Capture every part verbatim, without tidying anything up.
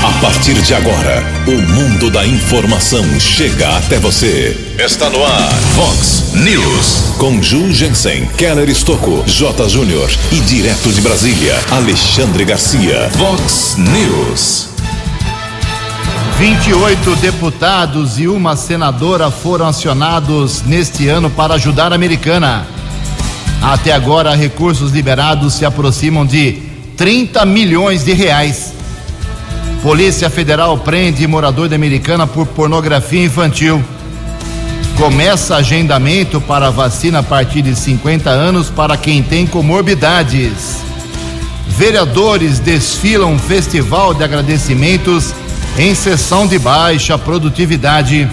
A partir de agora, o mundo da informação chega até você. Está no ar, Vox News. Com Ju Jensen, Keller Estocco, J. Júnior e direto de Brasília, Alexandre Garcia. Vox News. vinte e oito deputados e uma senadora foram acionados neste ano para ajudar a Americana. Até agora, recursos liberados se aproximam de trinta milhões de reais. Polícia Federal prende morador da Americana por pornografia infantil. Começa agendamento para vacina a partir de cinquenta anos para quem tem comorbidades. Vereadores desfilam festival de agradecimentos em sessão de baixa produtividade.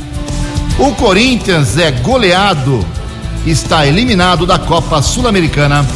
O Corinthians é goleado, está eliminado da Copa Sul-Americana.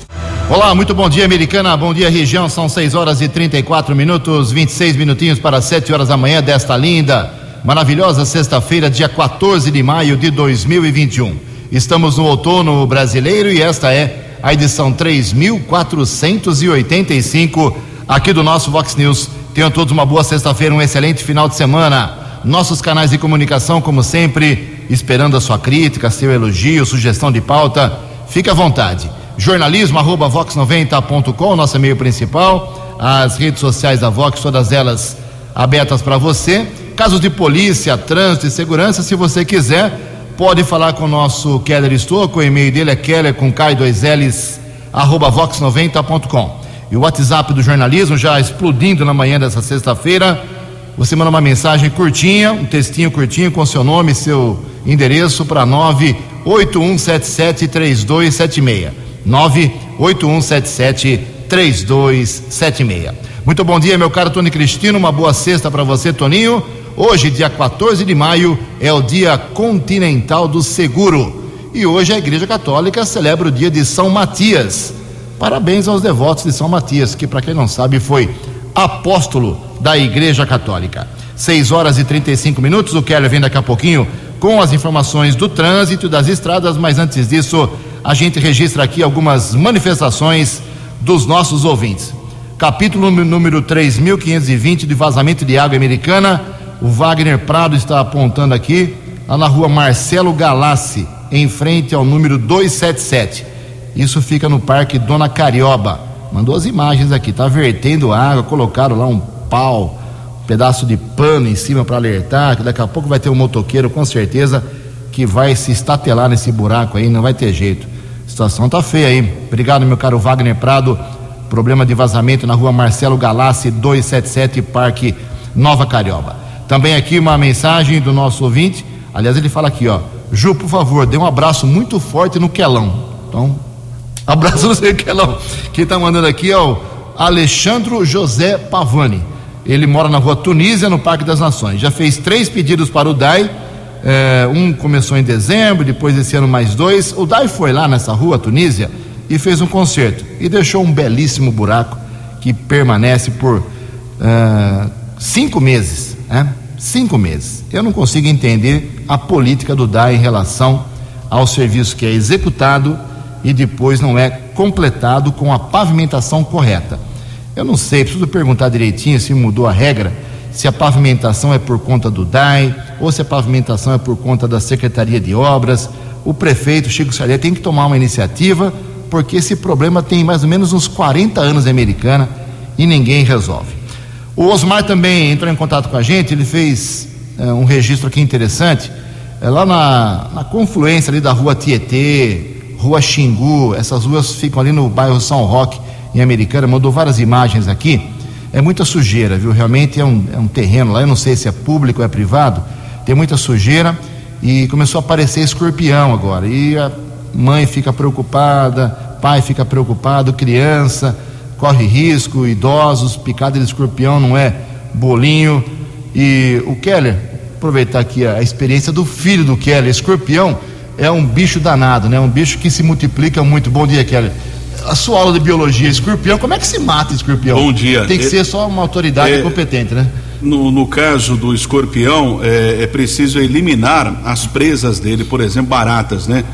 Olá, muito bom dia, Americana, bom dia, região, são seis horas e trinta e quatro minutos, vinte e seis minutinhos para sete horas da manhã desta linda, maravilhosa sexta-feira, dia quatorze de maio de dois mil e vinte e um. Estamos no outono brasileiro e esta é a edição três mil quatrocentos e oitenta e cinco aqui do nosso Vox News. Tenham todos uma boa sexta-feira, um excelente final de semana. Nossos canais de comunicação, como sempre, esperando a sua crítica, seu elogio, sugestão de pauta, fique à vontade. Jornalismo arroba vox noventa ponto com, nosso e-mail principal, as redes sociais da Vox, todas elas abertas para você. Casos de polícia, trânsito e segurança, se você quiser, pode falar com o nosso Keller Estocco, o e-mail dele é keller com K e dois L's, arroba vox noventa ponto com. E o WhatsApp do jornalismo já explodindo na manhã dessa sexta-feira. Você manda uma mensagem curtinha, um textinho curtinho com seu nome e seu endereço para nove oito um sete sete três dois sete seis. nove oito um sete sete três dois sete seis. Muito bom dia, meu caro Tony Cristino, uma boa sexta para você, Toninho. Hoje, dia quatorze de maio, é o Dia Continental do Seguro. E hoje a Igreja Católica celebra o dia de São Matias. Parabéns aos devotos de São Matias, que, para quem não sabe, foi apóstolo da Igreja Católica. seis horas e trinta e cinco minutos, o Keller vem daqui a pouquinho com as informações do trânsito das estradas, mas antes disso, a gente registra aqui algumas manifestações dos nossos ouvintes. Capítulo número três mil quinhentos e vinte de vazamento de água Americana, o Wagner Prado está apontando aqui, lá na rua Marcelo Galassi, em frente ao número duzentos e setenta e sete. Isso fica no Parque Dona Carioba. Mandou as imagens aqui, tá vertendo água, colocaram lá um pau, um pedaço de pano em cima para alertar, que daqui a pouco vai ter um motoqueiro, com certeza, que vai se estatelar nesse buraco aí, não vai ter jeito. A situação tá feia aí. Obrigado, meu caro Wagner Prado. Problema de vazamento na rua Marcelo Galassi, duzentos e setenta e sete, Parque Nova Carioba. Também aqui uma mensagem do nosso ouvinte. Aliás, ele fala aqui, ó: Ju, por favor, dê um abraço muito forte no Quelão. Então, abraço no seu Quelão. Quem tá mandando aqui é o Alexandro José Pavani. Ele mora na rua Tunísia, no Parque das Nações. Já fez três pedidos para o D A I. É, um começou em dezembro, depois esse ano mais dois. O D A I foi lá nessa rua Tunísia e fez um concerto e deixou um belíssimo buraco que permanece por uh, cinco meses, né? Cinco meses. Eu não consigo entender a política do D A I em relação ao serviço que é executado e depois não é completado com a pavimentação correta. Eu não sei, preciso perguntar direitinho se mudou a regra, se a pavimentação é por conta do D A I ou se a pavimentação é por conta da Secretaria de Obras. O prefeito Chico Sardelli tem que tomar uma iniciativa, porque esse problema tem mais ou menos uns quarenta anos em Americana e ninguém resolve. O Osmar também entrou em contato com a gente, ele fez é, um registro aqui interessante, é, lá na, na confluência ali da rua Tietê, rua Xingu, essas ruas ficam ali no bairro São Roque, em Americana, mandou várias imagens aqui. É muita sujeira, viu? Realmente é um, é um terreno lá, eu não sei se é público ou é privado, tem muita sujeira e começou a aparecer escorpião agora, e a mãe fica preocupada, pai fica preocupado, criança corre risco, idosos, picada de escorpião não é bolinho. E o Keller, aproveitar aqui a, a experiência do filho do Keller, escorpião é um bicho danado, né? Um bicho que se multiplica muito. Bom dia, Keller. A sua aula de biologia, escorpião, como é que se mata escorpião? Bom dia. Tem que é, ser só uma autoridade é, competente, né? No, no caso do escorpião, é, é preciso eliminar as presas dele, por exemplo, baratas, né?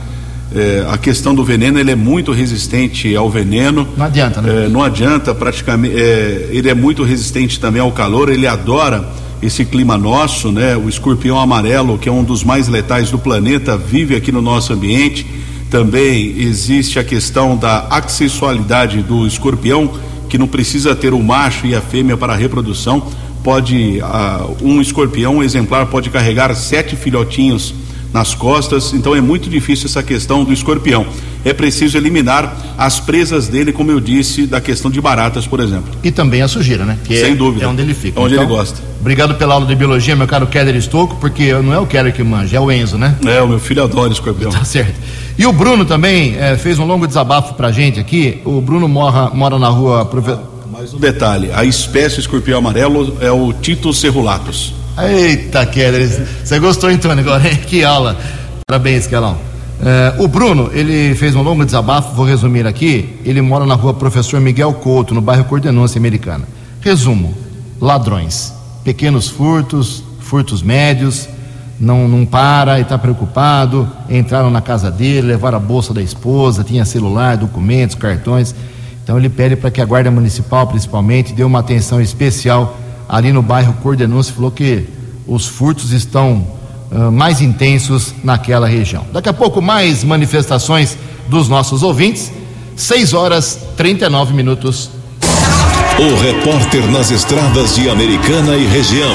É, a questão do veneno, ele é muito resistente ao veneno. Não adianta, né? É, não adianta, praticamente. É, ele é muito resistente também ao calor, ele adora esse clima nosso, né? O escorpião amarelo, que é um dos mais letais do planeta, vive aqui no nosso ambiente. Também existe a questão da assexualidade do escorpião, que não precisa ter o macho e a fêmea para a reprodução. Pode, uh, um escorpião, um exemplar, pode carregar sete filhotinhos nas costas, então é muito difícil essa questão do escorpião. É preciso eliminar as presas dele, como eu disse, da questão de baratas, por exemplo. E também a sujeira, né? Que Sem é, dúvida. É onde ele fica. É onde então, ele gosta. Obrigado pela aula de biologia, meu caro Keller Estocco, porque não é o Keller que manja, é o Enzo, né? É, o meu filho adora escorpião. Tá certo. E o Bruno também é, fez um longo desabafo pra gente aqui. O Bruno mora, mora na rua... Profe... Mais um detalhe, a espécie escorpião amarelo é o Titus cerulatus. Eita, Keller, você gostou então agora, hein? Que aula. Parabéns, Kelão. É, o Bruno, ele fez um longo desabafo, vou resumir aqui. Ele mora na rua Professor Miguel Couto, no bairro Cordenúncia Americana. Resumo: ladrões, pequenos furtos, furtos médios, não, não para e está preocupado. Entraram na casa dele, levaram a bolsa da esposa, tinha celular, documentos, cartões. Então ele pede para que a Guarda Municipal, principalmente, dê uma atenção especial ali no bairro Cordenúncia. Falou que os furtos estão Uh, mais intensos naquela região. Daqui a pouco mais manifestações dos nossos ouvintes. seis horas e trinta e nove minutos. O repórter nas estradas de Americana e região,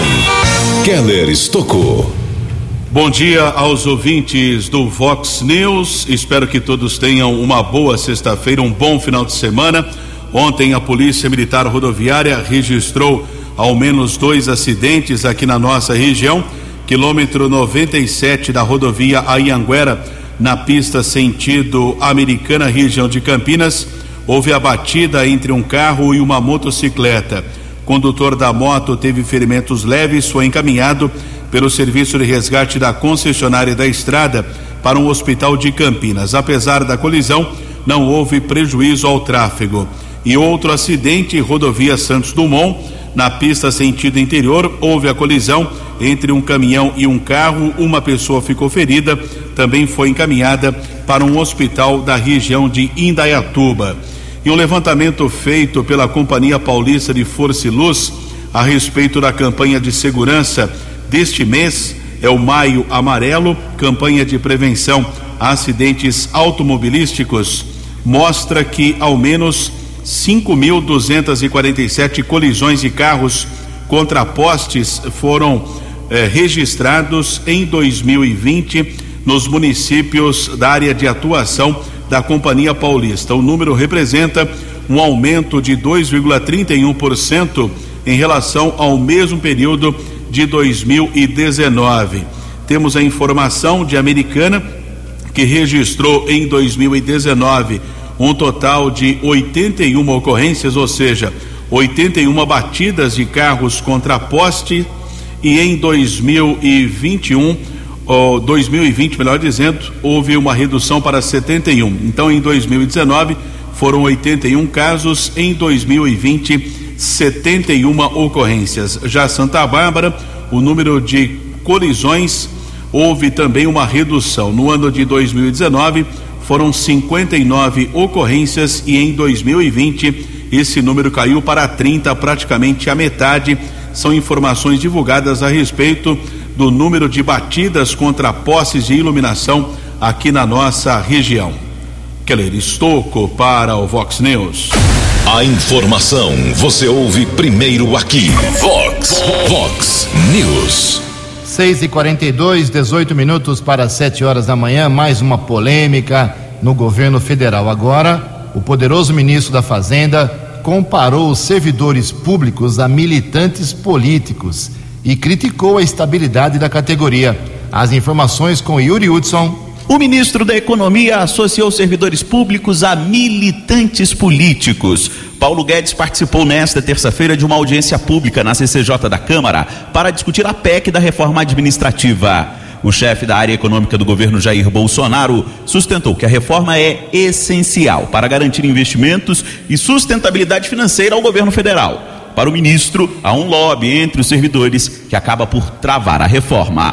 Keller Estocco. Bom dia aos ouvintes do Vox News. Espero que todos tenham uma boa sexta-feira, um bom final de semana. Ontem a Polícia Militar Rodoviária registrou ao menos dois acidentes aqui na nossa região. Quilômetro noventa e sete da rodovia Anhanguera, na pista sentido Americana, região de Campinas, houve a batida entre um carro e uma motocicleta. O condutor da moto teve ferimentos leves, foi encaminhado pelo serviço de resgate da concessionária da estrada para um hospital de Campinas. Apesar da colisão, não houve prejuízo ao tráfego. E outro acidente, rodovia Santos Dumont, na pista sentido interior, houve a colisão entre um caminhão e um carro. Uma pessoa ficou ferida, também foi encaminhada para um hospital da região de Indaiatuba. E um levantamento feito pela Companhia Paulista de Força e Luz a respeito da campanha de segurança deste mês, é o Maio Amarelo, campanha de prevenção a acidentes automobilísticos, mostra que ao menos cinco mil duzentas e quarenta e sete colisões de carros contra postes foram eh, registrados em dois mil e vinte nos municípios da área de atuação da Companhia Paulista. O número representa um aumento de dois vírgula trinta e um por cento em relação ao mesmo período de dois mil e dezenove. Temos a informação de Americana, que registrou em dois mil e dezenove um total de oitenta e uma ocorrências, ou seja, oitenta e uma batidas de carros contra poste, e em dois mil e vinte e um, ou dois mil e vinte, melhor dizendo, houve uma redução para setenta e um. Então, em dois mil e dezenove foram oitenta e um casos, em dois mil e vinte, setenta e uma ocorrências. Já Santa Bárbara, o número de colisões houve também uma redução. No ano de dois mil e dezenove foram cinquenta e nove ocorrências e em dois mil e vinte esse número caiu para trinta, praticamente a metade. São informações divulgadas a respeito do número de batidas contra postes de iluminação aqui na nossa região. Keller Estocco para o Vox News. A informação você ouve primeiro aqui. Vox, Vox News. seis e quarenta e dois, dezoito minutos para sete horas da manhã. Mais uma polêmica no governo federal. Agora, o poderoso ministro da Fazenda comparou os servidores públicos a militantes políticos e criticou a estabilidade da categoria. As informações com Yuri Hudson. O ministro da Economia associou servidores públicos a militantes políticos. Paulo Guedes participou nesta terça-feira de uma audiência pública na C C J da Câmara para discutir a P E C da reforma administrativa. O chefe da área econômica do governo Jair Bolsonaro sustentou que a reforma é essencial para garantir investimentos e sustentabilidade financeira ao governo federal. Para o ministro, há um lobby entre os servidores que acaba por travar a reforma.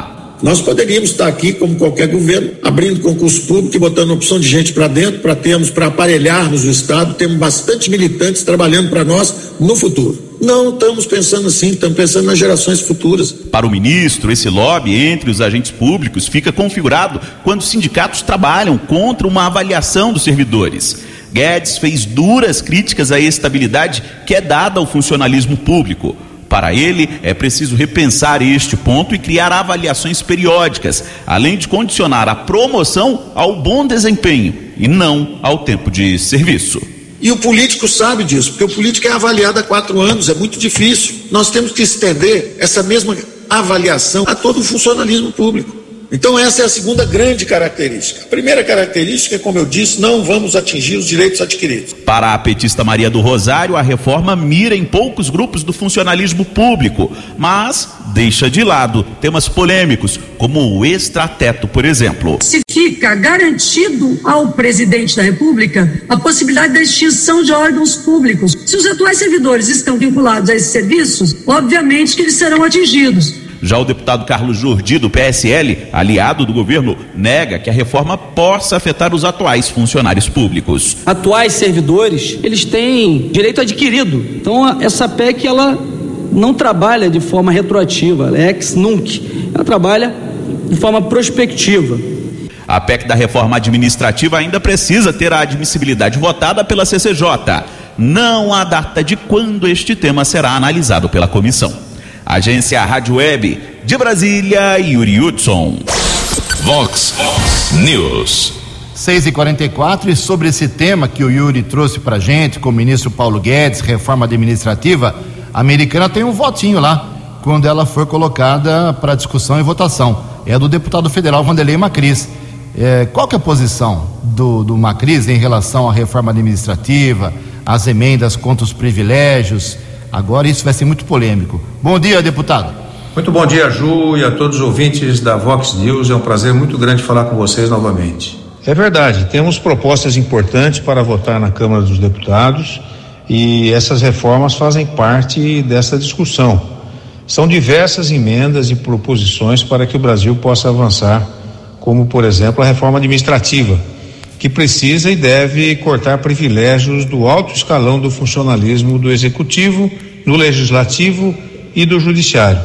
Nós poderíamos estar aqui, como qualquer governo, abrindo concurso público e botando opção de gente para dentro, para termos, para aparelharmos o Estado, temos bastante militantes trabalhando para nós no futuro. Não estamos pensando assim, estamos pensando nas gerações futuras. Para o ministro, esse lobby entre os agentes públicos fica configurado quando os sindicatos trabalham contra uma avaliação dos servidores. Guedes fez duras críticas à estabilidade que é dada ao funcionalismo público. Para ele, é preciso repensar este ponto e criar avaliações periódicas, além de condicionar a promoção ao bom desempenho e não ao tempo de serviço. E o político sabe disso, porque o político é avaliado há quatro anos, é muito difícil. Nós temos que estender essa mesma avaliação a todo o funcionalismo público. Então essa é a segunda grande característica. A primeira característica é, como eu disse, não vamos atingir os direitos adquiridos. Para a petista Maria do Rosário, a reforma mira em poucos grupos do funcionalismo público, mas deixa de lado temas polêmicos, como o extrateto, por exemplo. Se fica garantido ao presidente da República a possibilidade da extinção de órgãos públicos. Se os atuais servidores estão vinculados a esses serviços, obviamente que eles serão atingidos. Já o deputado Carlos Jordi, do P S L, aliado do governo, nega que a reforma possa afetar os atuais funcionários públicos. Atuais servidores, eles têm direito adquirido. Então, essa P E C, ela não trabalha de forma retroativa, ela é ex nunc. Ela trabalha de forma prospectiva. A P E C da reforma administrativa ainda precisa ter a admissibilidade votada pela C C J. Não há data de quando este tema será analisado pela comissão. Agência Rádio Web de Brasília, Yuri Hudson. Vox News. seis e quarenta e quatro, e sobre esse tema que o Yuri trouxe pra gente, com o ministro Paulo Guedes, reforma administrativa, a Americana tem um votinho lá, quando ela for colocada para discussão e votação. É do deputado federal Vanderlei Macris. É, qual que é a posição do, do Macris em relação à reforma administrativa, às emendas contra os privilégios? Agora isso vai ser muito polêmico. Bom dia, deputado. Muito bom dia, Ju, e a todos os ouvintes da Vox News. É um prazer muito grande falar com vocês novamente. É verdade, temos propostas importantes para votar na Câmara dos Deputados e essas reformas fazem parte dessa discussão. São diversas emendas e proposições para que o Brasil possa avançar, como, por exemplo, a reforma administrativa, que precisa e deve cortar privilégios do alto escalão do funcionalismo do Executivo, do Legislativo e do Judiciário.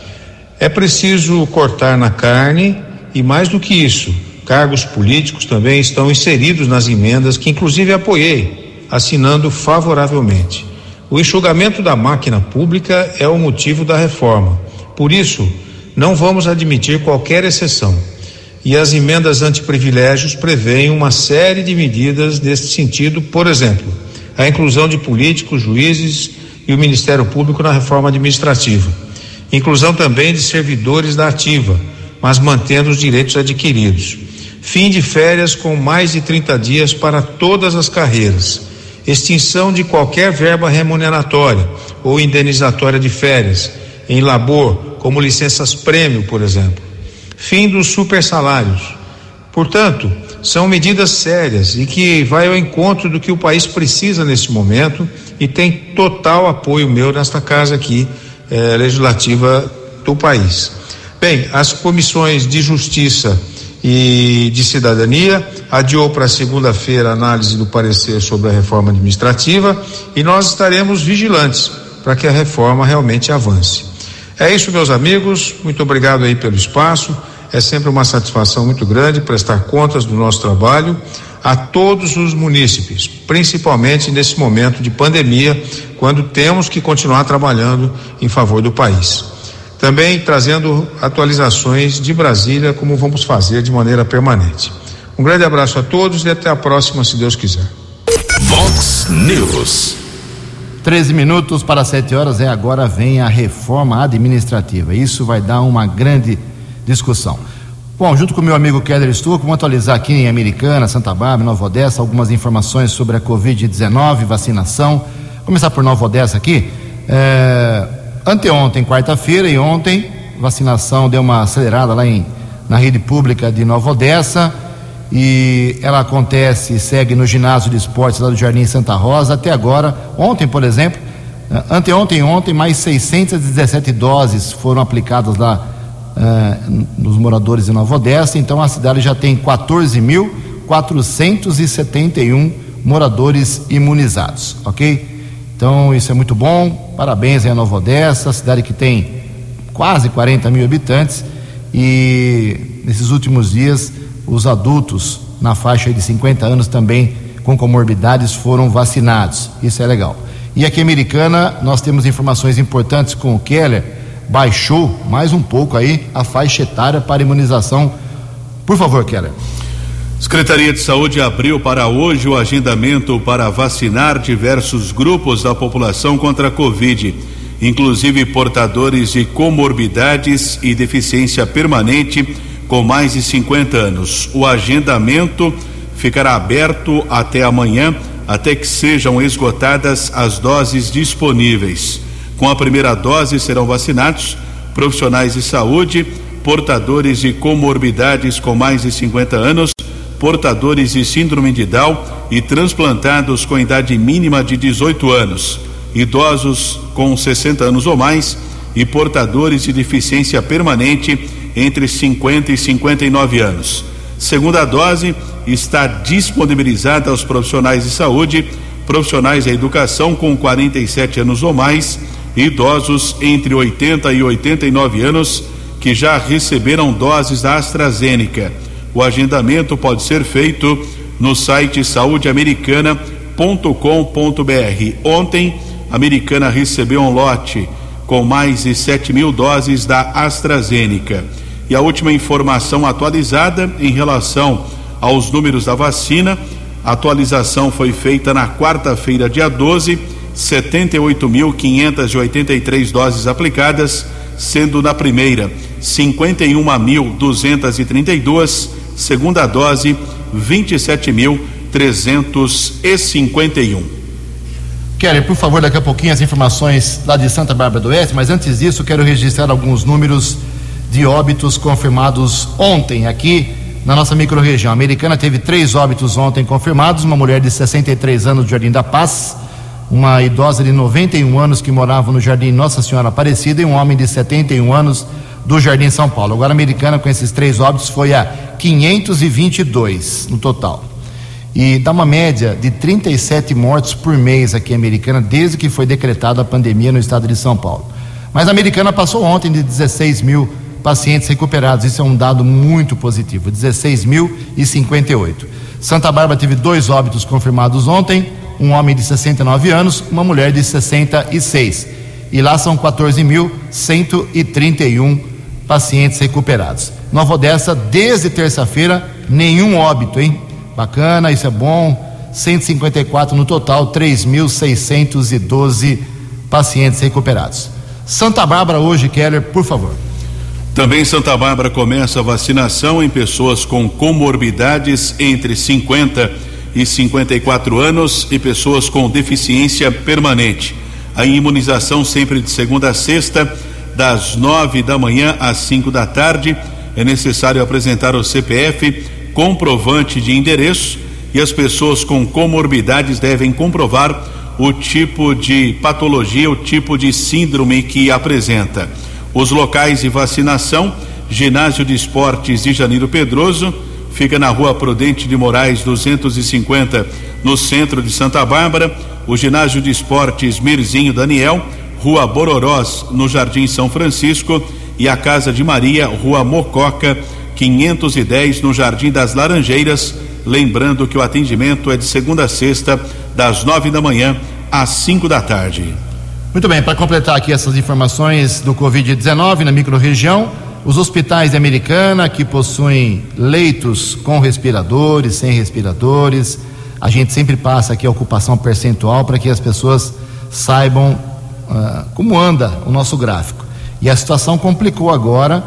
É preciso cortar na carne e, mais do que isso, cargos políticos também estão inseridos nas emendas que inclusive apoiei, assinando favoravelmente. O enxugamento da máquina pública é o motivo da reforma. Por isso, não vamos admitir qualquer exceção. E as emendas antiprivilégios prevêem uma série de medidas nesse sentido, por exemplo, a inclusão de políticos, juízes e o Ministério Público na reforma administrativa. Inclusão também de servidores da ativa, mas mantendo os direitos adquiridos. Fim de férias com mais de trinta dias para todas as carreiras. Extinção de qualquer verba remuneratória ou indenizatória de férias, em labor, como licenças-prêmio, por exemplo. Fim dos supersalários. Portanto, são medidas sérias e que vai ao encontro do que o país precisa nesse momento e tem total apoio meu nesta casa aqui, eh, legislativa do país. Bem, as comissões de Justiça e de Cidadania adiou para segunda-feira a análise do parecer sobre a reforma administrativa e nós estaremos vigilantes para que a reforma realmente avance. É isso, meus amigos, muito obrigado aí pelo espaço. É sempre uma satisfação muito grande prestar contas do nosso trabalho a todos os munícipes, principalmente nesse momento de pandemia, quando temos que continuar trabalhando em favor do país. Também trazendo atualizações de Brasília, como vamos fazer de maneira permanente. Um grande abraço a todos e até a próxima, se Deus quiser. Vox News. treze minutos para sete horas, é agora vem a reforma administrativa. Isso vai dar uma grande discussão. Bom, junto com o meu amigo Keller Stuck, vamos atualizar aqui em Americana, Santa Bárbara, Nova Odessa, algumas informações sobre a covid dezenove, vacinação. Vou começar por Nova Odessa aqui. É, anteontem, quarta-feira, e ontem, vacinação deu uma acelerada lá em, na rede pública de Nova Odessa, e ela acontece e segue no ginásio de esportes lá do Jardim Santa Rosa. Até agora, ontem, por exemplo, anteontem e ontem, mais seiscentas e dezessete doses foram aplicadas lá uh, nos moradores de Nova Odessa. Então a cidade já tem quatorze mil quatrocentos e setenta e um moradores imunizados, ok? Então isso é muito bom, parabéns aí a Nova Odessa, cidade que tem quase quarenta mil habitantes, e nesses últimos dias os adultos na faixa de cinquenta anos também com comorbidades foram vacinados, isso é legal. E aqui em Americana nós temos informações importantes com o Keller, baixou mais um pouco aí a faixa etária para imunização. Por favor, Keller. Secretaria de Saúde abriu para hoje o agendamento para vacinar diversos grupos da população contra a Covid, inclusive portadores de comorbidades e deficiência permanente com mais de cinquenta anos. O agendamento ficará aberto até amanhã, até que sejam esgotadas as doses disponíveis. Com a primeira dose serão vacinados profissionais de saúde, portadores de comorbidades com mais de cinquenta anos, portadores de síndrome de Down e transplantados com idade mínima de dezoito anos, idosos com sessenta anos ou mais e portadores de deficiência permanente entre cinquenta e cinquenta e nove anos. Segunda dose está disponibilizada aos profissionais de saúde, profissionais da educação com quarenta e sete anos ou mais, e idosos entre oitenta e oitenta e nove anos que já receberam doses da AstraZeneca. O agendamento pode ser feito no site saúde americana ponto com ponto b r. Ontem, a Americana recebeu um lote com mais de sete mil doses da AstraZeneca. E a última informação atualizada em relação aos números da vacina, a atualização foi feita na quarta-feira, dia doze, setenta e oito mil quinhentas e oitenta e três doses aplicadas, sendo na primeira cinquenta e um mil duzentas e trinta e duas, segunda dose vinte e sete mil trezentos e cinquenta e um. Kelly, por favor, daqui a pouquinho as informações lá de Santa Bárbara do Oeste, mas antes disso quero registrar alguns números de óbitos confirmados ontem aqui na nossa microrregião. A Americana teve três óbitos ontem confirmados: uma mulher de sessenta e três anos do Jardim da Paz, uma idosa de noventa e um anos que morava no Jardim Nossa Senhora Aparecida e um homem de setenta e um anos do Jardim São Paulo. Agora a Americana, com esses três óbitos, foi a quinhentos e vinte e dois no total, e dá uma média de trinta e sete mortes por mês aqui em Americana desde que foi decretada a pandemia no estado de São Paulo. Mas a Americana passou ontem de dezesseis mil pacientes recuperados, isso é um dado muito positivo, dezesseis mil e cinquenta e oito. Santa Bárbara teve dois óbitos confirmados ontem, um homem de sessenta e nove anos, uma mulher de sessenta e seis, e lá são quatorze mil cento e trinta e um pacientes recuperados. Nova Odessa, desde terça-feira, nenhum óbito, hein? Bacana, isso é bom. Cento e cinquenta e quatro no total, três mil seiscentos e doze pacientes recuperados. Santa Bárbara hoje, Keller, por favor. Também Santa Bárbara começa a vacinação em pessoas com comorbidades entre cinquenta e cinquenta e quatro anos e pessoas com deficiência permanente. A imunização sempre de segunda a sexta, das nove da manhã às cinco da tarde. É necessário apresentar o C P F, comprovante de endereço, e as pessoas com comorbidades devem comprovar o tipo de patologia, o tipo de síndrome que apresenta. Os locais de vacinação: Ginásio de Esportes de Janeiro Pedroso, fica na Rua Prudente de Moraes duzentos e cinquenta, no centro de Santa Bárbara. O Ginásio de Esportes Mirzinho Daniel, Rua Bororós, no Jardim São Francisco, e a Casa de Maria, Rua Mococa quinhentos e dez, no Jardim das Laranjeiras. Lembrando que o atendimento é de segunda a sexta, das nove da manhã às cinco da tarde. Muito bem, para completar aqui essas informações do covid dezenove na microrregião, os hospitais de Americana que possuem leitos com respiradores, sem respiradores, a gente sempre passa aqui a ocupação percentual para que as pessoas saibam uh, como anda o nosso gráfico. E a situação complicou agora,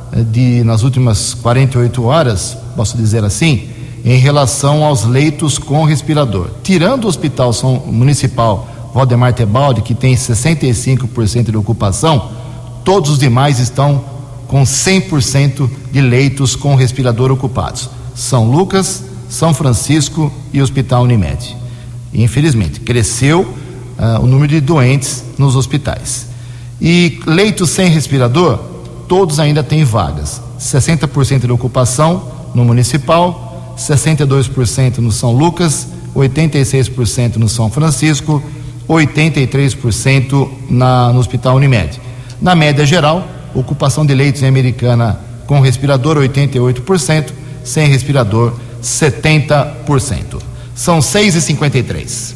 de, nas últimas quarenta e oito horas, posso dizer assim, em relação aos leitos com respirador. Tirando o Hospital São Municipal Valdemar Tebaldi, que tem sessenta e cinco por cento de ocupação, todos os demais estão com cem por cento de leitos com respirador ocupados. São Lucas, São Francisco e Hospital Unimed. E, infelizmente, cresceu uh, o número de doentes nos hospitais. E leitos sem respirador, todos ainda têm vagas. sessenta por cento de ocupação no Municipal, sessenta e dois por cento no São Lucas, oitenta e seis por cento no São Francisco, oitenta e três por cento na, no Hospital Unimed. Na média geral, ocupação de leitos em Americana com respirador oitenta e oito por cento, sem respirador setenta por cento. São seis e cinquenta e três.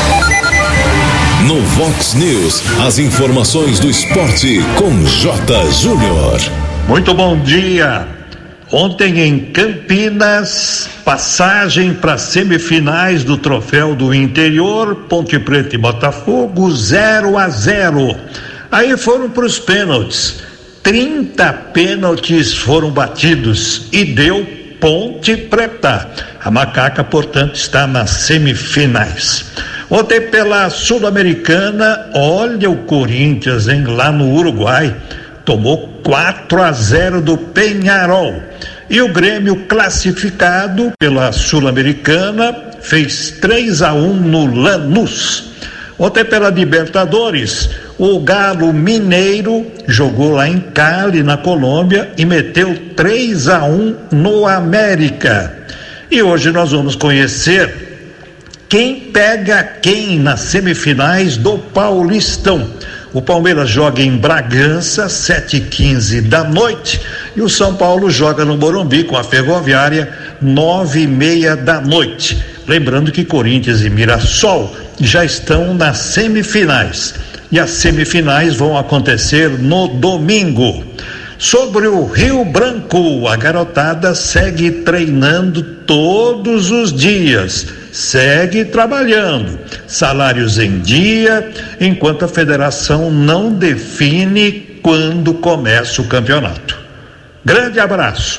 No Vox News, as informações do esporte com J. Júnior. Muito bom dia. Ontem em Campinas, passagem para semifinais do Troféu do Interior, Ponte Preta e Botafogo, zero a zero. Aí foram para os pênaltis. trinta pênaltis foram batidos e deu Ponte Preta. A Macaca, portanto, está nas semifinais. Ontem pela Sul-Americana, olha o Corinthians, hein, lá no Uruguai, tomou quatro a zero do Peñarol. E o Grêmio, classificado pela Sul-Americana, fez três a um no Lanús. Ontem pela Libertadores, o Galo Mineiro jogou lá em Cali, na Colômbia, e meteu três a um no América. E hoje nós vamos conhecer quem pega quem nas semifinais do Paulistão. O Palmeiras joga em Bragança, sete e quinze da noite, e o São Paulo joga no Morumbi com a Ferroviária, nove e meia da noite. Lembrando que Corinthians e Mirassol já estão nas semifinais, e as semifinais vão acontecer no domingo. Sobre o Rio Branco, a garotada segue treinando todos os dias, segue trabalhando, salários em dia, enquanto a federação não define quando começa o campeonato. Grande abraço.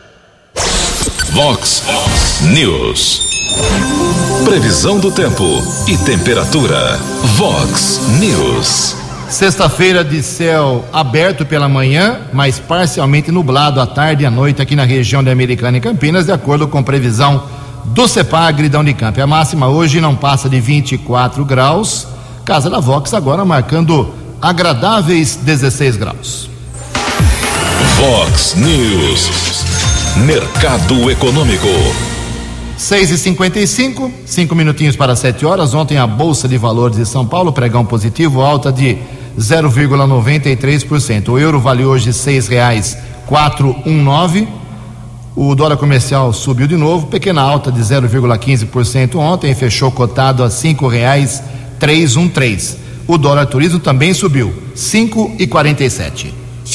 Vox News. Previsão do tempo e temperatura. Vox News. Sexta-feira de céu aberto pela manhã, mas parcialmente nublado à tarde e à noite aqui na região de Americana e Campinas, de acordo com previsão do CEPAGRE da Unicamp. A máxima hoje não passa de vinte e quatro graus. Casa da Vox agora marcando agradáveis dezesseis graus. Vox News. Mercado Econômico. seis e cinquenta e cinco, cinco minutinhos para sete horas. Ontem a Bolsa de Valores de São Paulo, pregão positivo, alta de zero vírgula noventa e três por cento. O euro vale hoje seis reais quatrocentos e dezenove. O dólar comercial subiu de novo, pequena alta de zero vírgula quinze por cento ontem, fechou cotado a cinco reais trezentos e treze. O dólar turismo também subiu, cinco e quarenta e sete.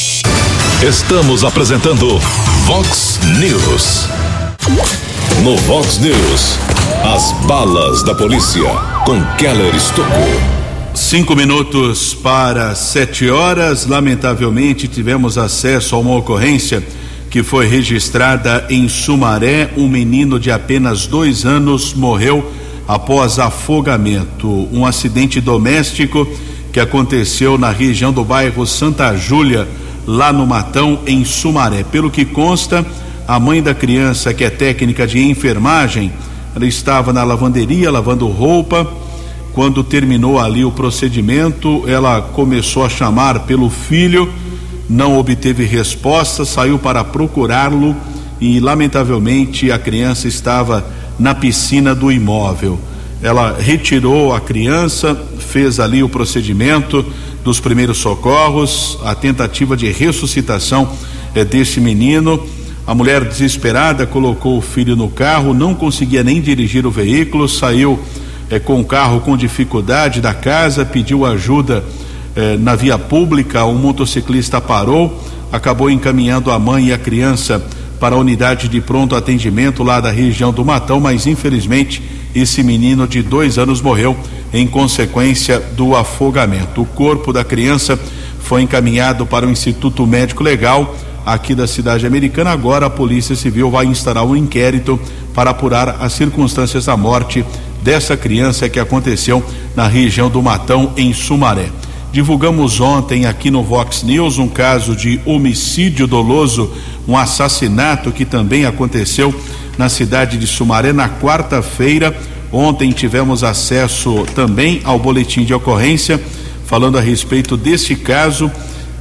Estamos apresentando Vox News. No Vox News, as balas da polícia com Keller Estocou. Cinco minutos para sete horas. Lamentavelmente tivemos acesso a uma ocorrência que foi registrada em Sumaré. Um menino de apenas dois anos morreu após afogamento. Um acidente doméstico que aconteceu na região do bairro Santa Júlia, lá no Matão, em Sumaré. Pelo que consta, a mãe da criança, que é técnica de enfermagem, ela estava na lavanderia lavando roupa. Quando terminou ali o procedimento, ela começou a chamar pelo filho, não obteve resposta, saiu para procurá-lo e lamentavelmente a criança estava na piscina do imóvel. Ela retirou a criança, fez ali o procedimento dos primeiros socorros, a tentativa de ressuscitação é, desse menino. A mulher, desesperada, colocou o filho no carro, não conseguia nem dirigir o veículo, saiu eh, com o carro com dificuldade da casa, pediu ajuda eh, na via pública. Um motociclista parou, acabou encaminhando a mãe e a criança para a unidade de pronto atendimento lá da região do Matão, mas infelizmente esse menino de dois anos morreu em consequência do afogamento. O corpo da criança foi encaminhado para o Instituto Médico Legal aqui da cidade americana. Agora a Polícia Civil vai instaurar um inquérito para apurar as circunstâncias da morte dessa criança que aconteceu na região do Matão, em Sumaré. Divulgamos ontem aqui no Vox News um caso de homicídio doloso, um assassinato que também aconteceu na cidade de Sumaré na quarta-feira. Ontem tivemos acesso também ao boletim de ocorrência falando a respeito deste caso,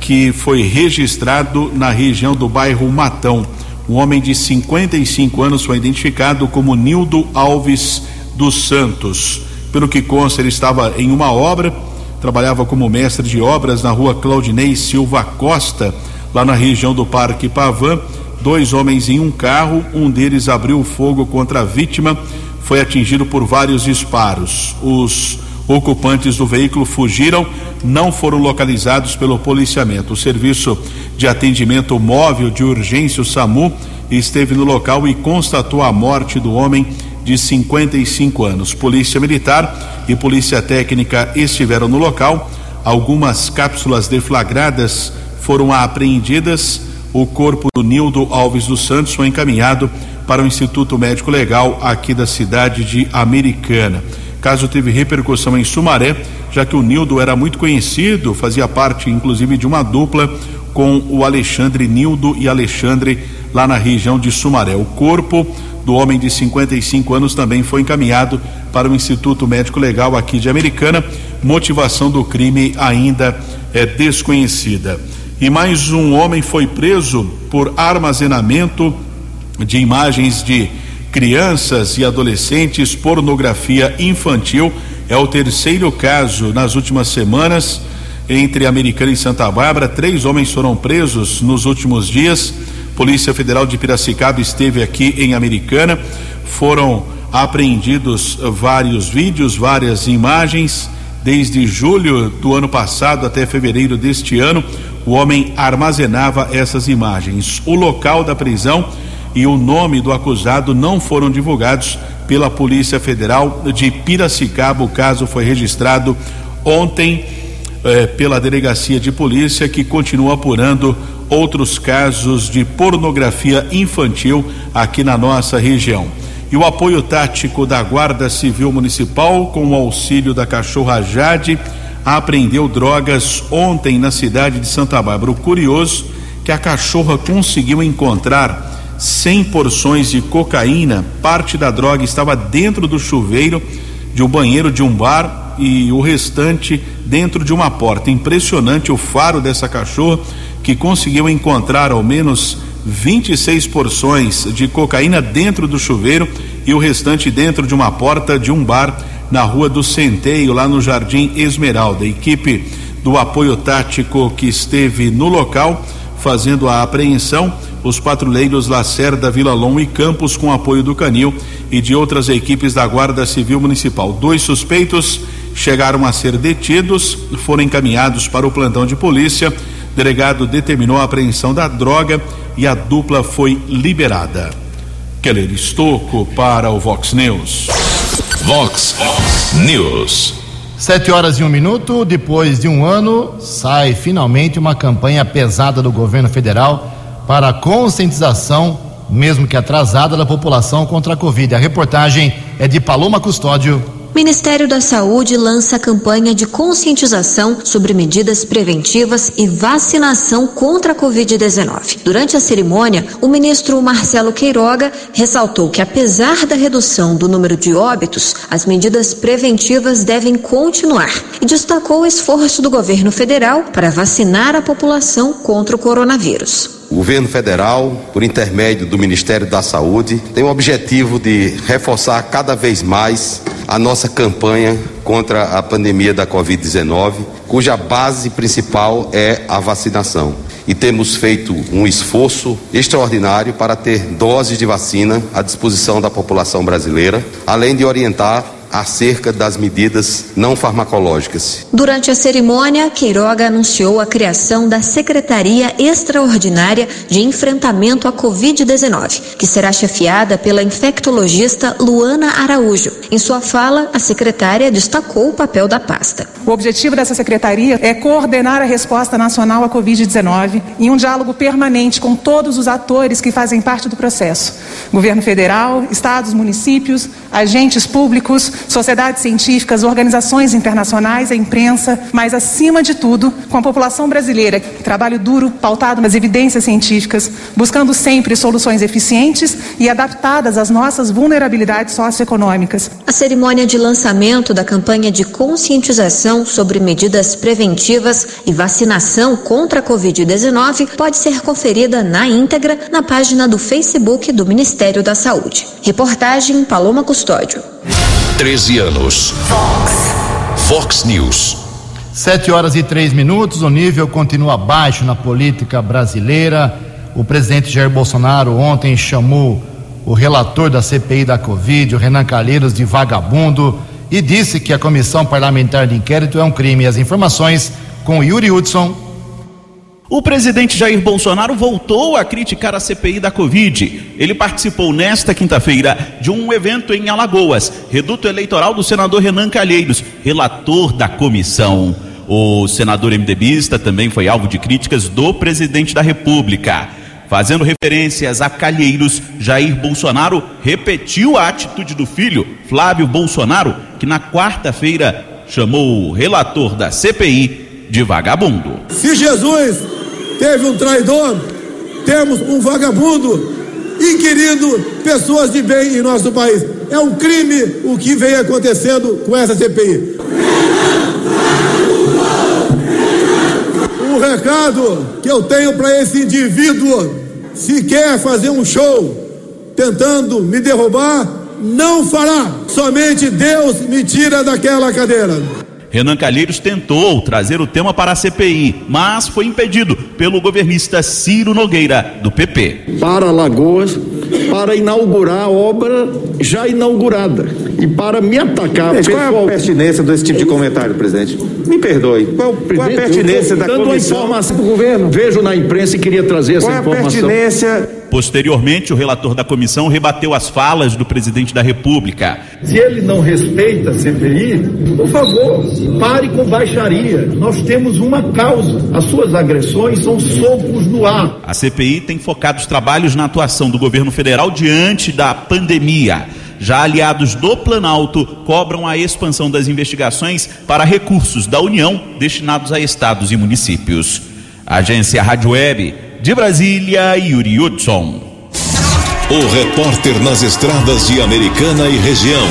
que foi registrado na região do bairro Matão. Um homem de cinquenta e cinco anos foi identificado como Nildo Alves dos Santos. Pelo que consta, ele estava em uma obra, trabalhava como mestre de obras na rua Claudinei Silva Costa, lá na região do Parque Pavã. Dois homens em um carro, um deles abriu fogo contra a vítima, foi atingido por vários disparos. Os ocupantes do veículo fugiram, não foram localizados pelo policiamento. O serviço de atendimento móvel de urgência, o SAMU, esteve no local e constatou a morte do homem de cinquenta e cinco anos. Polícia Militar e Polícia Técnica estiveram no local. Algumas cápsulas deflagradas foram apreendidas. O corpo do Nildo Alves dos Santos foi encaminhado para o Instituto Médico Legal aqui da cidade de Americana. O caso teve repercussão em Sumaré, já que o Nildo era muito conhecido, fazia parte inclusive de uma dupla com o Alexandre, Nildo e Alexandre, lá na região de Sumaré. O corpo do homem de cinquenta e cinco anos também foi encaminhado para o Instituto Médico Legal aqui de Americana. Motivação do crime ainda é desconhecida. E mais um homem foi preso por armazenamento de imagens de crianças e adolescentes, pornografia infantil. É o terceiro caso nas últimas semanas entre Americana e Santa Bárbara. Três homens foram presos nos últimos dias. Polícia Federal de Piracicaba esteve aqui em Americana. Foram apreendidos vários vídeos, várias imagens. Desde julho do ano passado até fevereiro deste ano, o homem armazenava essas imagens. O local da prisão e o nome do acusado não foram divulgados pela Polícia Federal de Piracicaba. O caso foi registrado ontem eh, pela Delegacia de Polícia, que continua apurando outros casos de pornografia infantil aqui na nossa região. E o apoio tático da Guarda Civil Municipal, com o auxílio da Cachorra Jade, apreendeu drogas ontem na cidade de Santa Bárbara. O curioso é que a cachorra conseguiu encontrar cem porções de cocaína. Parte da droga estava dentro do chuveiro de um banheiro de um bar e o restante dentro de uma porta. Impressionante o faro dessa cachorra, que conseguiu encontrar ao menos vinte e seis porções de cocaína dentro do chuveiro e o restante dentro de uma porta de um bar na Rua do Centeio, lá no Jardim Esmeralda. A equipe do apoio tático que esteve no local fazendo a apreensão, os patrulheiros Lacerda, Vila Lom e Campos, com apoio do Canil e de outras equipes da Guarda Civil Municipal. Dois suspeitos chegaram a ser detidos, foram encaminhados para o plantão de polícia. O delegado determinou a apreensão da droga e a dupla foi liberada. Keller Estocco para o Vox News. Vox News. Sete horas e um minuto. Depois de um ano, sai finalmente uma campanha pesada do governo federal para a conscientização, mesmo que atrasada, da população contra a Covid. A reportagem é de Paloma Custódio. Ministério da Saúde lança a campanha de conscientização sobre medidas preventivas e vacinação contra a covid dezenove. Durante a cerimônia, o ministro Marcelo Queiroga ressaltou que, apesar da redução do número de óbitos, as medidas preventivas devem continuar e destacou o esforço do governo federal para vacinar a população contra o coronavírus. O governo federal, por intermédio do Ministério da Saúde, tem o objetivo de reforçar cada vez mais a nossa campanha contra a pandemia da covid dezenove, cuja base principal é a vacinação. E temos feito um esforço extraordinário para ter doses de vacina à disposição da população brasileira, além de orientar acerca das medidas não farmacológicas. Durante a cerimônia, Queiroga anunciou a criação da Secretaria Extraordinária de Enfrentamento à covid dezenove, que será chefiada pela infectologista Luana Araújo. Em sua fala, a secretária destacou o papel da pasta. O objetivo dessa secretaria é coordenar a resposta nacional à covid dezenove em um diálogo permanente com todos os atores que fazem parte do processo: governo federal, estados, municípios, agentes públicos, sociedades científicas, organizações internacionais, a imprensa, mas acima de tudo, com a população brasileira. Trabalho duro, pautado nas evidências científicas, buscando sempre soluções eficientes e adaptadas às nossas vulnerabilidades socioeconômicas. A cerimônia de lançamento da campanha de conscientização sobre medidas preventivas e vacinação contra a covid dezenove pode ser conferida na íntegra na página do Facebook do Ministério da Saúde. Reportagem Paloma Custódio. treze anos. Fox. Fox News. Sete horas e três minutos, o nível continua baixo na política brasileira. O presidente Jair Bolsonaro ontem chamou o relator da C P I da Covid, o Renan Calheiros, de vagabundo e disse que a comissão parlamentar de inquérito é um crime. As informações com Yuri Hudson. O presidente Jair Bolsonaro voltou a criticar a C P I da Covid. Ele participou nesta quinta-feira de um evento em Alagoas, reduto eleitoral do senador Renan Calheiros, relator da comissão. O senador MDBista também foi alvo de críticas do presidente da República. Fazendo referências a Calheiros, Jair Bolsonaro repetiu a atitude do filho, Flávio Bolsonaro, que na quarta-feira chamou o relator da C P I de vagabundo. Se Jesus teve um traidor, temos um vagabundo inquirindo pessoas de bem em nosso país. É um crime o que vem acontecendo com essa C P I. O recado que eu tenho para esse indivíduo: se quer fazer um show tentando me derrubar, não fará. Somente Deus me tira daquela cadeira. Renan Calheiros tentou trazer o tema para a C P I, mas foi impedido pelo governista Ciro Nogueira, do P P. Para Alagoas, para inaugurar a obra já inaugurada e para me atacar. Gente, pessoal... Qual é a pertinência desse tipo de comentário, presidente? Me perdoe. Qual, qual é a pertinência da dando comissão? Dando informação para o governo. Vejo na imprensa e queria trazer essa informação. Qual é a pertinência? Posteriormente, o relator da comissão rebateu as falas do presidente da República. Se ele não respeita a C P I, por favor, pare com baixaria. Nós temos uma causa. As suas agressões são socos no ar. A C P I tem focado os trabalhos na atuação do governo federal diante da pandemia. Já aliados do Planalto cobram a expansão das investigações para recursos da União destinados a estados e municípios. Agência Rádio Web de Brasília, Yuri Hudson. O repórter nas estradas de Americana e região.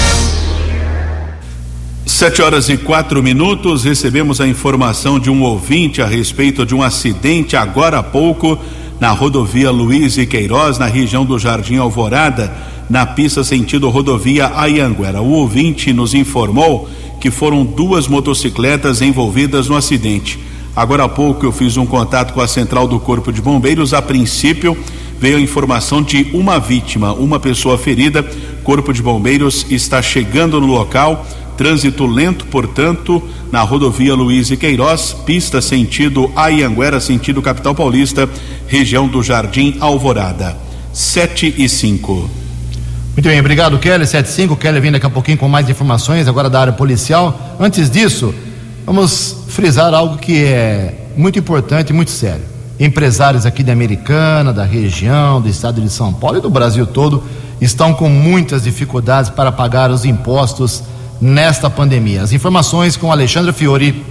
Sete horas e quatro minutos, recebemos a informação de um ouvinte a respeito de um acidente agora há pouco na rodovia Luiz e Queiroz, na região do Jardim Alvorada, na pista sentido rodovia Anhanguera. O ouvinte nos informou que foram duas motocicletas envolvidas no acidente. Agora há pouco eu fiz um contato com a central do Corpo de Bombeiros. A princípio veio a informação de uma vítima, uma pessoa ferida. Corpo de Bombeiros está chegando no local. Trânsito lento, portanto, na rodovia Luiz e Queiroz, pista sentido Anhanguera, sentido capital paulista, região do Jardim Alvorada. Sete e cinco. Muito bem, obrigado, Kelly. sete e cinco. Kelly vem daqui a pouquinho com mais informações agora da área policial. Antes disso, vamos frisar algo que é muito importante e muito sério. Empresários aqui de Americana, da região, do estado de São Paulo e do Brasil todo estão com muitas dificuldades para pagar os impostos nesta pandemia. As informações com Alexandra Fiori.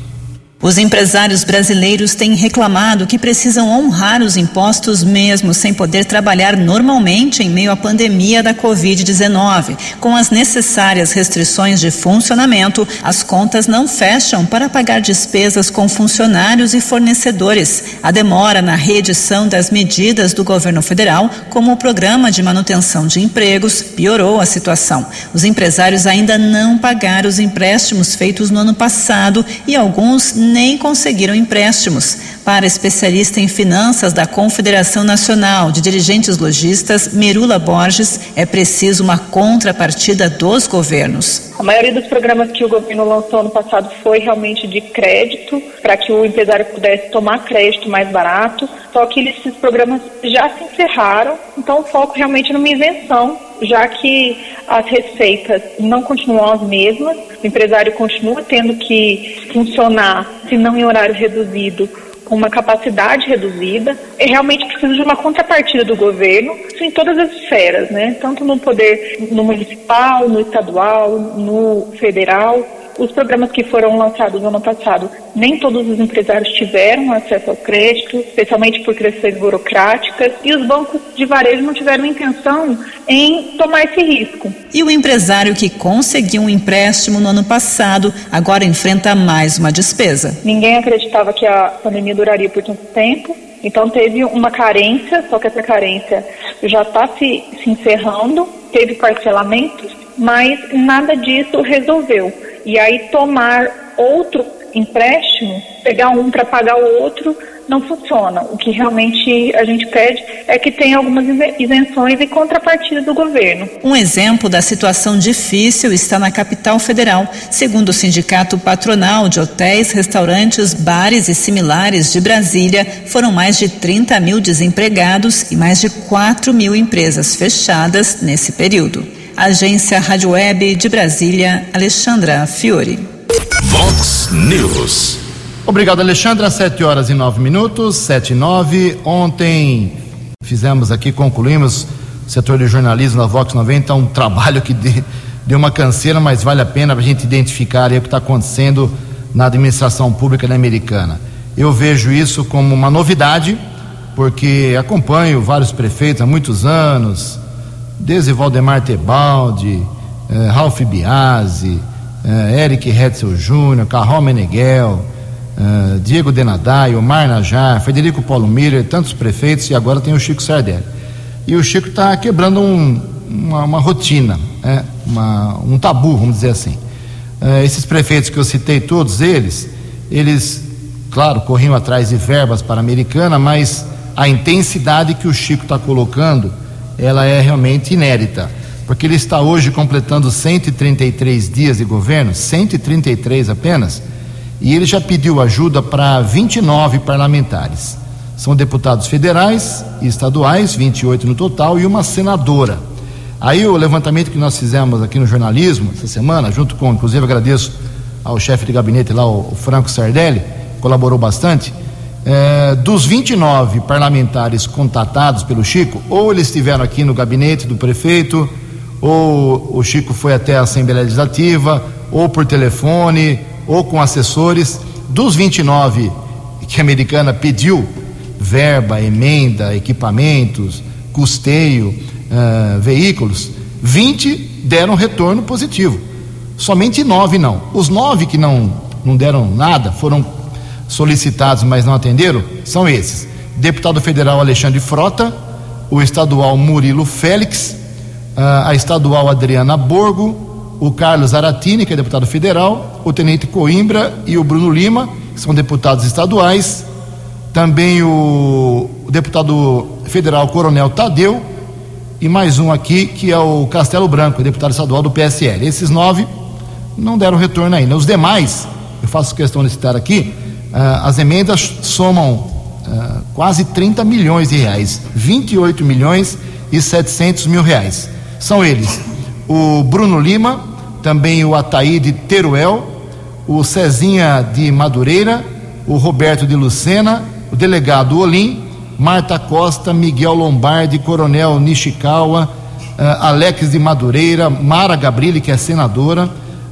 Os empresários brasileiros têm reclamado que precisam honrar os impostos mesmo sem poder trabalhar normalmente em meio à pandemia da covid dezenove. Com as necessárias restrições de funcionamento, as contas não fecham para pagar despesas com funcionários e fornecedores. A demora na reedição das medidas do governo federal, como o Programa de Manutenção de Empregos, piorou a situação. Os empresários ainda não pagaram os empréstimos feitos no ano passado e alguns nem conseguiram empréstimos. Para a especialista em finanças da Confederação Nacional de Dirigentes Lojistas, Merula Borges, é preciso uma contrapartida dos governos. A maioria dos programas que o governo lançou ano passado foi realmente de crédito, para que o empresário pudesse tomar crédito mais barato, só que esses programas já se encerraram, então o foco realmente numa isenção, já que as receitas não continuam as mesmas, o empresário continua tendo que funcionar, se não em horário reduzido, com uma capacidade reduzida, e realmente precisa de uma contrapartida do governo, isso em todas as esferas, né? Tanto no poder no municipal, no estadual, no federal. Os programas que foram lançados no ano passado, nem todos os empresários tiveram acesso ao crédito, especialmente por questões burocráticas, e os bancos de varejo não tiveram intenção em tomar esse risco. E o empresário que conseguiu um empréstimo no ano passado, agora enfrenta mais uma despesa. Ninguém acreditava que a pandemia duraria por tanto tempo, então teve uma carência, só que essa carência já está se, se encerrando, teve parcelamentos, mas nada disso resolveu. E aí tomar outro empréstimo, pegar um para pagar o outro, não funciona. O que realmente a gente pede é que tenha algumas isenções e contrapartida do governo. Um exemplo da situação difícil está na capital federal. Segundo o Sindicato Patronal de Hotéis, Restaurantes, Bares e Similares de Brasília, foram mais de trinta mil desempregados e mais de quatro mil empresas fechadas nesse período. Agência Rádio Web de Brasília, Alexandra Fiore. Vox News. Obrigado, Alexandra. Sete horas e nove minutos, sete e nove. Ontem fizemos aqui, concluímos o setor de jornalismo da Vox noventa, um trabalho que de, deu uma canseira, mas vale a pena para a gente identificar aí o que está acontecendo na administração pública americana. Eu vejo isso como uma novidade, porque acompanho vários prefeitos há muitos anos, desde Valdemar Tebaldi, eh, Ralph Biasi, eh, Eric Hetzel Júnior, Carol Meneghel, eh, Diego Denadai, Omar Najar, Federico Paulo Miller, tantos prefeitos, e agora tem o Chico Sardelli. E o Chico está quebrando um, uma, uma rotina, é, uma, um tabu, vamos dizer assim. Eh, esses prefeitos que eu citei, todos eles, eles, claro, corriam atrás de verbas para a Americana, mas a intensidade que o Chico está colocando, ela é realmente inédita, porque ele está hoje completando cento e trinta e três dias de governo, cento e trinta e três apenas, e ele já pediu ajuda para vinte e nove parlamentares. São deputados federais e estaduais, vinte e oito no total, e uma senadora. Aí o levantamento que nós fizemos aqui no jornalismo essa semana, junto com, inclusive agradeço ao chefe de gabinete lá, o Franco Sardelli, colaborou bastante. É, dos vinte e nove parlamentares contatados pelo Chico, ou eles estiveram aqui no gabinete do prefeito, ou o Chico foi até a Assembleia Legislativa, ou por telefone, ou com assessores. Dos vinte e nove que a Americana pediu verba, emenda, equipamentos, custeio, uh, veículos, vinte deram retorno positivo, somente nove não. Os nove que não, não deram nada, foram solicitados, mas não atenderam, são esses: deputado federal Alexandre Frota, o estadual Murilo Félix, a estadual Adriana Borgo, o Carlos Aratini, que é deputado federal, o tenente Coimbra e o Bruno Lima, que são deputados estaduais, também o, o deputado federal Coronel Tadeu, e mais um aqui que é o Castelo Branco, deputado estadual do P S L. Esses nove não deram retorno ainda. Os demais, eu faço questão de citar aqui, Uh, as emendas somam uh, quase trinta milhões de reais, vinte e oito milhões e setecentos mil reais. São eles: o Bruno Lima, também o Ataíde Teruel, o Cezinha de Madureira, o Roberto de Lucena, o delegado Olim, Marta Costa, Miguel Lombardi, Coronel Nishikawa, uh, Alex de Madureira, Mara Gabrilli, que é senadora,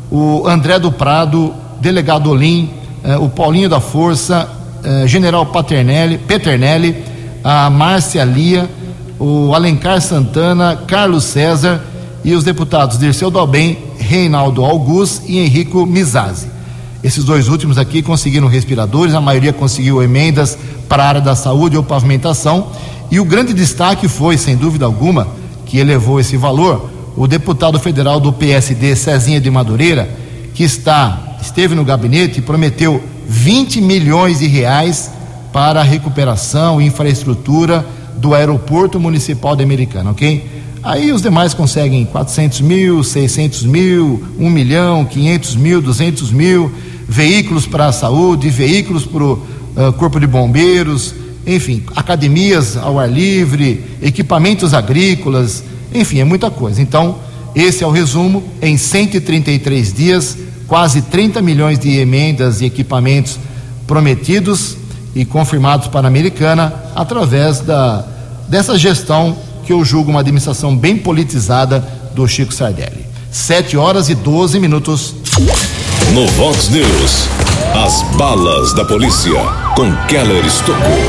o André do Prado, delegado Olim, Uh, o Paulinho da Força, uh, General Paternelli, Peternelli, a Márcia Lia, o Alencar Santana, Carlos César e os deputados Dirceu Dalben, Reinaldo Augusto e Henrico Mizazzi. Esses dois últimos aqui conseguiram respiradores, a maioria conseguiu emendas para a área da saúde ou pavimentação, e o grande destaque foi, sem dúvida alguma, que elevou esse valor, o deputado federal do P S D, Cezinha de Madureira, que está esteve no gabinete e prometeu vinte milhões de reais para a recuperação e infraestrutura do aeroporto municipal de Americana, ok? Aí os demais conseguem quatrocentos mil, seiscentos mil, um milhão, quinhentos mil, duzentos mil, veículos para a saúde, veículos para o uh, corpo de bombeiros, enfim, academias ao ar livre, equipamentos agrícolas, enfim, é muita coisa. Então, esse é o resumo. Em cento e trinta e três dias, quase trinta milhões de emendas e equipamentos prometidos, e confirmados para a Americana através da, dessa gestão que eu julgo uma administração bem politizada do Chico Sardelli. sete horas e doze minutos. No Vox News, as balas da polícia com Keller Estocou.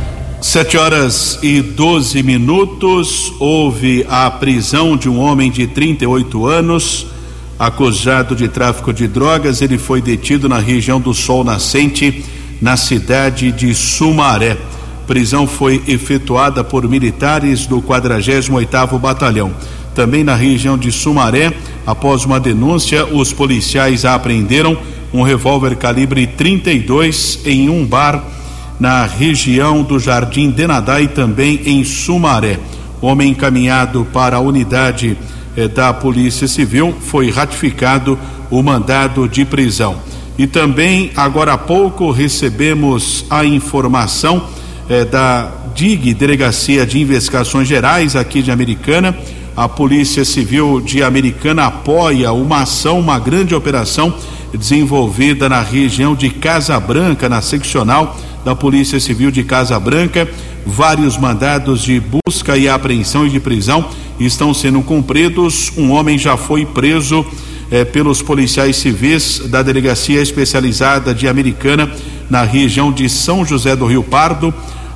Sete horas e doze minutos. Houve a prisão de um homem de trinta e oito anos, acusado de tráfico de drogas. Ele foi detido na região do Sol Nascente, na cidade de Sumaré. Prisão foi efetuada por militares do quadragésimo oitavo Batalhão. Também na região de Sumaré, após uma denúncia, os policiais apreenderam um revólver calibre trinta e dois em um bar na região do Jardim Denadá e também em Sumaré. O homem encaminhado para a unidade eh, da Polícia Civil, foi ratificado o mandado de prisão. E também, agora há pouco, recebemos a informação eh, da D I G, Delegacia de Investigações Gerais aqui de Americana. A Polícia Civil de Americana apoia uma ação, uma grande operação desenvolvida na região de Casa Branca, na seccional da Polícia Civil de Casa Branca. Vários mandados de busca e apreensão e de prisão estão sendo cumpridos. Um homem já foi preso eh, pelos policiais civis da Delegacia Especializada de Americana, na região de São José do Rio Pardo.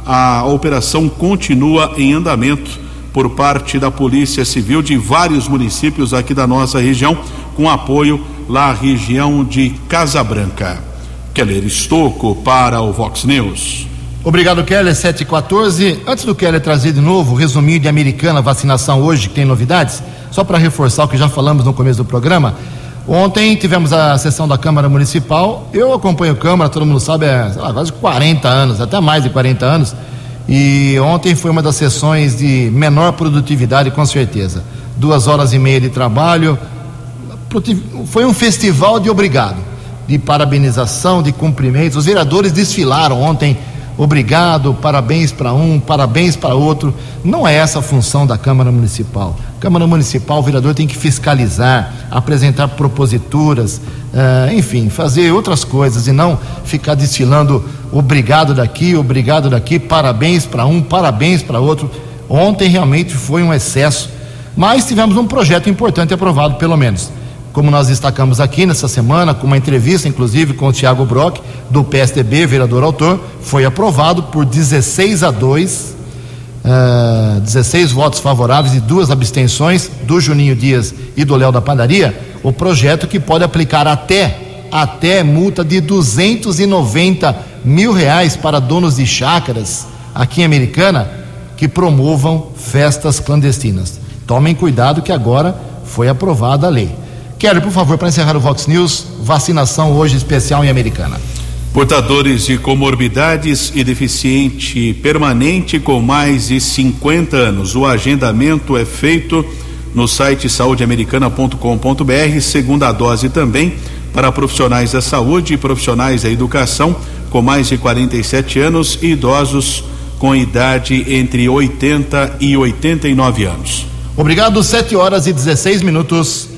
A operação continua em andamento por parte da Polícia Civil de vários municípios aqui da nossa região, com apoio lá na região de Casa Branca. Keller Estocco para o Vox News. Obrigado, Keller. sete e quatorze. Antes do Keller trazer de novo o resuminho de Americana, vacinação hoje, que tem novidades, só para reforçar o que já falamos no começo do programa. Ontem tivemos a sessão da Câmara Municipal. Eu acompanho a Câmara, todo mundo sabe, é sei lá, quase quarenta anos, até mais de quarenta anos. E ontem foi uma das sessões de menor produtividade, com certeza. Duas horas e meia de trabalho. Foi um festival de obrigado, de parabenização, de cumprimentos. Os vereadores desfilaram ontem. Obrigado, parabéns para um, parabéns para outro. Não é essa a função da Câmara Municipal. Câmara Municipal, o vereador tem que fiscalizar, apresentar proposituras, uh, enfim, fazer outras coisas e não ficar desfilando obrigado daqui, obrigado daqui, parabéns para um, parabéns para outro. Ontem realmente foi um excesso, mas tivemos um projeto importante aprovado, pelo menos. Como nós destacamos aqui nessa semana, com uma entrevista inclusive com o Thiago Brock, do P S D B, vereador autor, foi aprovado por dezesseis a dois, uh, dezesseis votos favoráveis e duas abstenções do Juninho Dias e do Léo da Padaria, o projeto que pode aplicar até, até multa de duzentos e noventa mil reais para donos de chácaras aqui em Americana que promovam festas clandestinas. Tomem cuidado que agora foi aprovada a lei. Keller, por favor, para encerrar o Vox News, vacinação hoje especial em Americana. Portadores de comorbidades e deficiente permanente com mais de cinquenta anos. O agendamento é feito no site saúde americana ponto com ponto br. Segunda dose também para profissionais da saúde e profissionais da educação com mais de quarenta e sete anos e idosos com idade entre oitenta e oitenta e nove anos. Obrigado, sete horas e dezesseis minutos.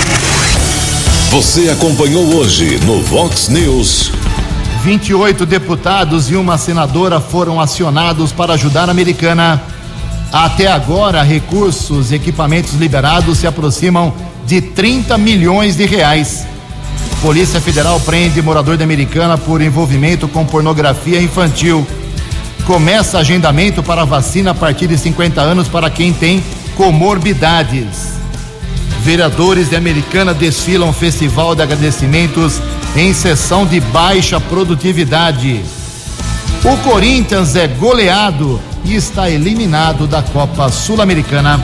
Você acompanhou hoje no Vox News. vinte e oito deputados e uma senadora foram acionados para ajudar a Americana. Até agora, recursos e equipamentos liberados se aproximam de trinta milhões de reais. Polícia Federal prende morador de Americana por envolvimento com pornografia infantil. Começa agendamento para vacina a partir de cinquenta anos para quem tem comorbidades. Vereadores de Americana desfilam festival de agradecimentos em sessão de baixa produtividade. O Corinthians é goleado e está eliminado da Copa Sul-Americana.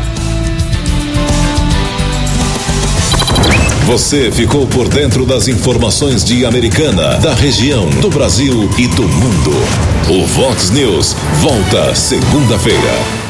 Você ficou por dentro das informações de Americana, da região, do Brasil e do mundo. O Vox News volta segunda-feira.